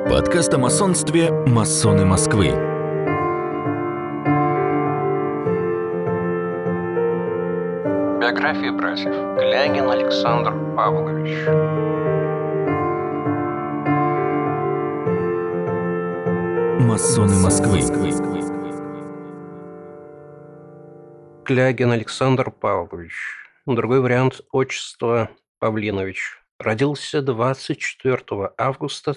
Подкаст о масонстве «Масоны Москвы». Биография братьев. Клягин Александр Павлович. Масоны Москвы. Клягин Александр Павлович. Другой вариант отчества Павлинович. Родился 24 августа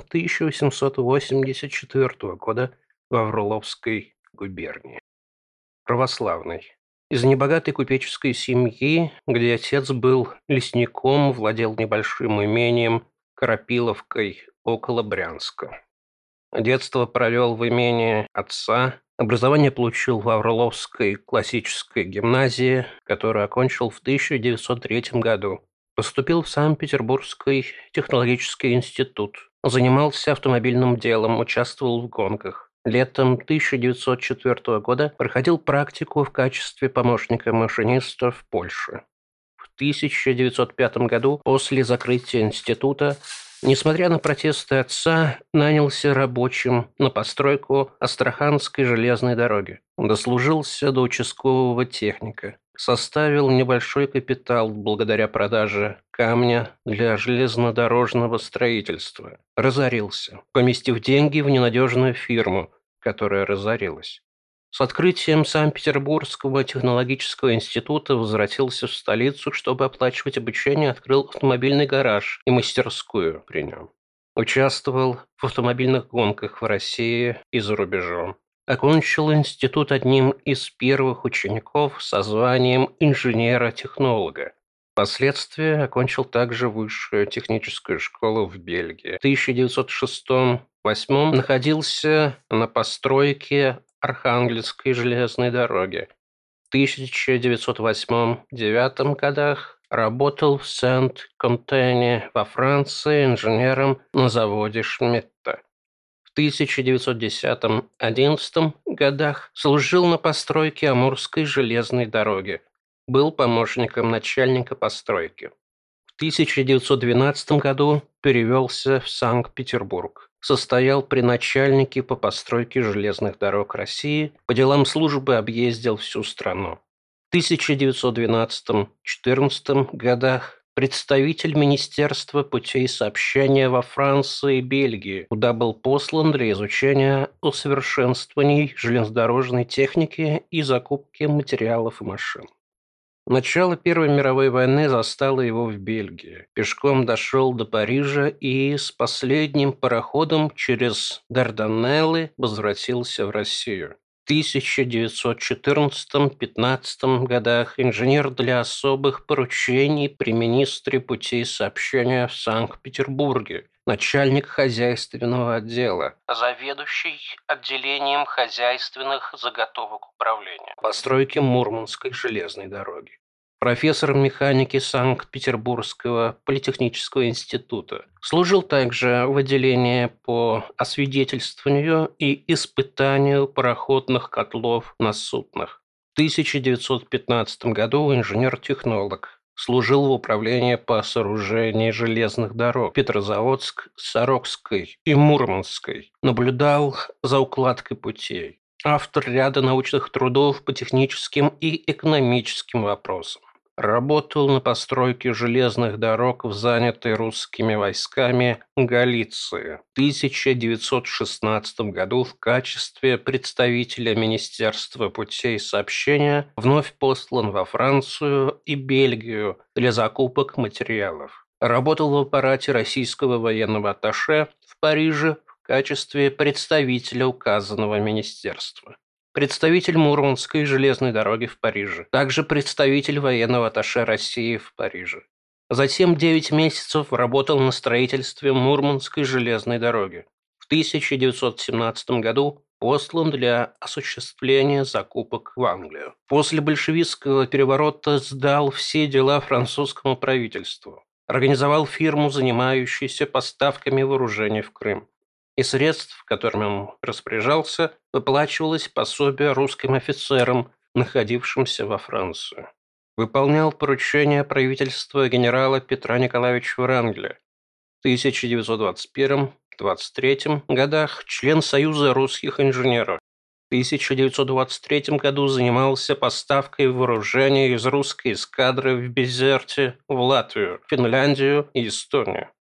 1884 года в Орловской губернии. Православный. Из небогатой купеческой семьи, где отец был лесником, владел небольшим имением Карапиловкой около Брянска. Детство провел в имении отца. Образование получил в Орловской классической гимназии, которую окончил в 1903 году. Поступил в Санкт-Петербургский технологический институт. Занимался автомобильным делом, участвовал в гонках. Летом 1904 года проходил практику в качестве помощника машиниста в Польше. В 1905 году, после закрытия института, несмотря на протесты отца, нанялся рабочим на постройку Астраханской железной дороги. Дослужился до участкового техника. Составил небольшой капитал благодаря продаже камня для железнодорожного строительства. Разорился, поместив деньги в ненадежную фирму, которая разорилась. С открытием Санкт-Петербургского технологического института возвратился в столицу, чтобы оплачивать обучение, открыл автомобильный гараж и мастерскую при нем. Участвовал в автомобильных гонках в России и за рубежом. Окончил институт одним из первых учеников со званием инженера-технолога. Впоследствии окончил также высшую техническую школу в Бельгии. В 1906-1908 находился на постройке Архангельской железной дороги. В 1908-1909 годах работал в Сент-Контене во Франции инженером на заводе Шмидта. В 1910-11 годах служил на постройке Амурской железной дороги. Был помощником начальника постройки. В 1912 году перевелся в Санкт-Петербург. Состоял при начальнике по постройке железных дорог России. По делам службы объездил всю страну. В 1912-14 годах представитель Министерства путей сообщения во Франции и Бельгии, куда был послан для изучения усовершенствований железнодорожной техники и закупки материалов и машин. Начало Первой мировой войны застало его в Бельгии. Пешком дошел до Парижа и с последним пароходом через Дарданеллы возвратился в Россию. В 1914-15 годах инженер для особых поручений при министре путей сообщения в Санкт-Петербурге, начальник хозяйственного отдела, заведующий отделением хозяйственных заготовок управления, постройки Мурманской железной дороги. Профессор механики Санкт-Петербургского политехнического института. Служил также в отделении по освидетельствованию и испытанию пароходных котлов на суднах. В 1915 году инженер-технолог. Служил в управлении по сооружению железных дорог Петрозаводск, Сорокской и Мурманской. Наблюдал за укладкой путей. Автор ряда научных трудов по техническим и экономическим вопросам. Работал на постройке железных дорог в занятой русскими войсками Галиции. В 1916 году в качестве представителя Министерства путей сообщения вновь послан во Францию и Бельгию для закупок материалов. Работал в аппарате российского военного атташе в Париже в качестве представителя указанного министерства. Представитель Мурманской железной дороги в Париже. Также представитель военного атташе России в Париже. Затем 9 месяцев работал на строительстве Мурманской железной дороги. В 1917 году послан для осуществления закупок в Англию. После большевистского переворота сдал все дела французскому правительству. Организовал фирму, занимающуюся поставками вооружений в Крым. Из средств, которыми он распоряжался, выплачивалось пособие русским офицерам, находившимся во Франции. Выполнял поручения правительства генерала Петра Николаевича Врангеля. В 1921-22 1920-23 годах член Союза русских инженеров. В 1923 году занимался поставкой вооружения из русской эскадры в Безерте в Латвию, Финляндию и Эстонию. В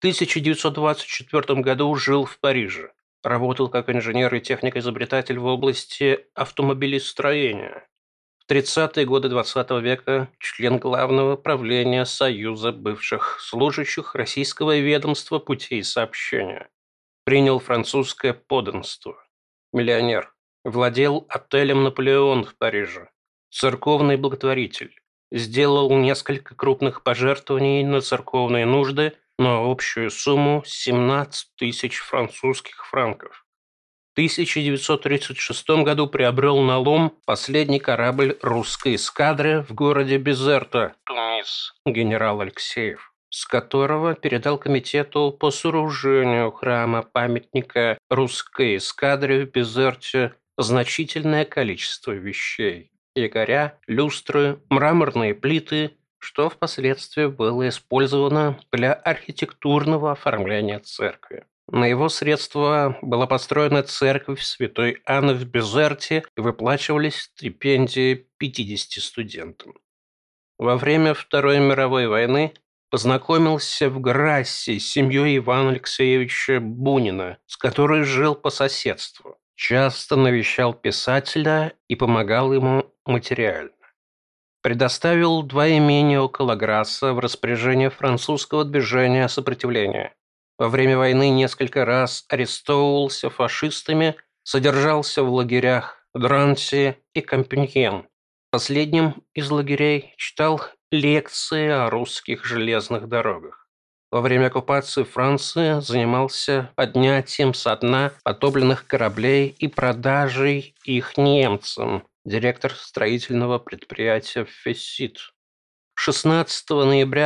1924 году жил в Париже. Работал как инженер и техник-изобретатель в области автомобилестроения. В 30-е годы XX века член Главного правления Союза бывших служащих Российского ведомства путей сообщения. Принял французское подданство. Миллионер. Владел отелем «Наполеон» в Париже. Церковный благотворитель. Сделал несколько крупных пожертвований на церковные нужды на общую сумму 17 тысяч французских франков. В 1936 году приобрел на лом последний корабль русской эскадры в городе Безерта, Тунис, генерал Алексеев, с которого передал комитету по сооружению храма-памятника русской эскадре в Безерте значительное количество вещей: якоря, люстры, мраморные плиты, что впоследствии было использовано для архитектурного оформления церкви. На его средства была построена церковь Святой Анны в Безерте и выплачивались стипендии 50 студентам. Во время Второй мировой войны познакомился в Грассе с семьей Ивана Алексеевича Бунина, с которой жил по соседству. Часто навещал писателя и помогал ему материально. Предоставил 2 имения около Грасса в распоряжение французского движения сопротивления. Во время войны несколько раз арестовывался фашистами, содержался в лагерях Дранси и Кампиньен. В последнем из лагерей читал лекции о русских железных дорогах. Во время оккупации Франции занимался поднятием со дна потопленных кораблей и продажей их немцам, директор строительного предприятия «Фессит». 16 ноября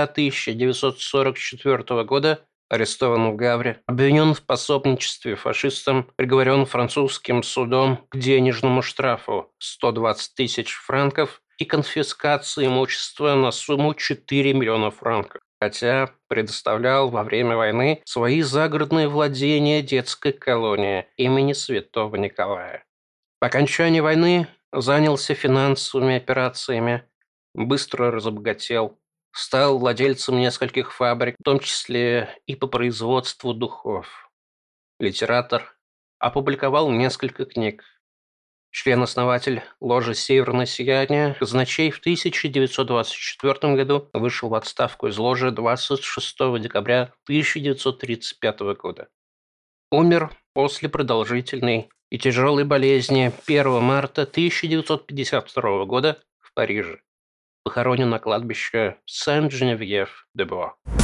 1944 года арестован в Гавре, обвинен в пособничестве фашистам, приговорен французским судом к денежному штрафу 120 тысяч франков и конфискации имущества на сумму 4 миллиона франков, хотя предоставлял во время войны свои загородные владения детской колонии имени Святого Николая. По окончании войны занялся финансовыми операциями, быстро разбогател, стал владельцем нескольких фабрик, в том числе и по производству духов. Литератор, опубликовал несколько книг. Член-основатель ложи «Северное сияние», казначей в 1924 году вышел в отставку из ложи 26 декабря 1935 года. Умер после продолжительной и тяжелой болезни 1 марта 1952 года в Париже. Похоронен на кладбище Сен-Женевьев-де-Боа.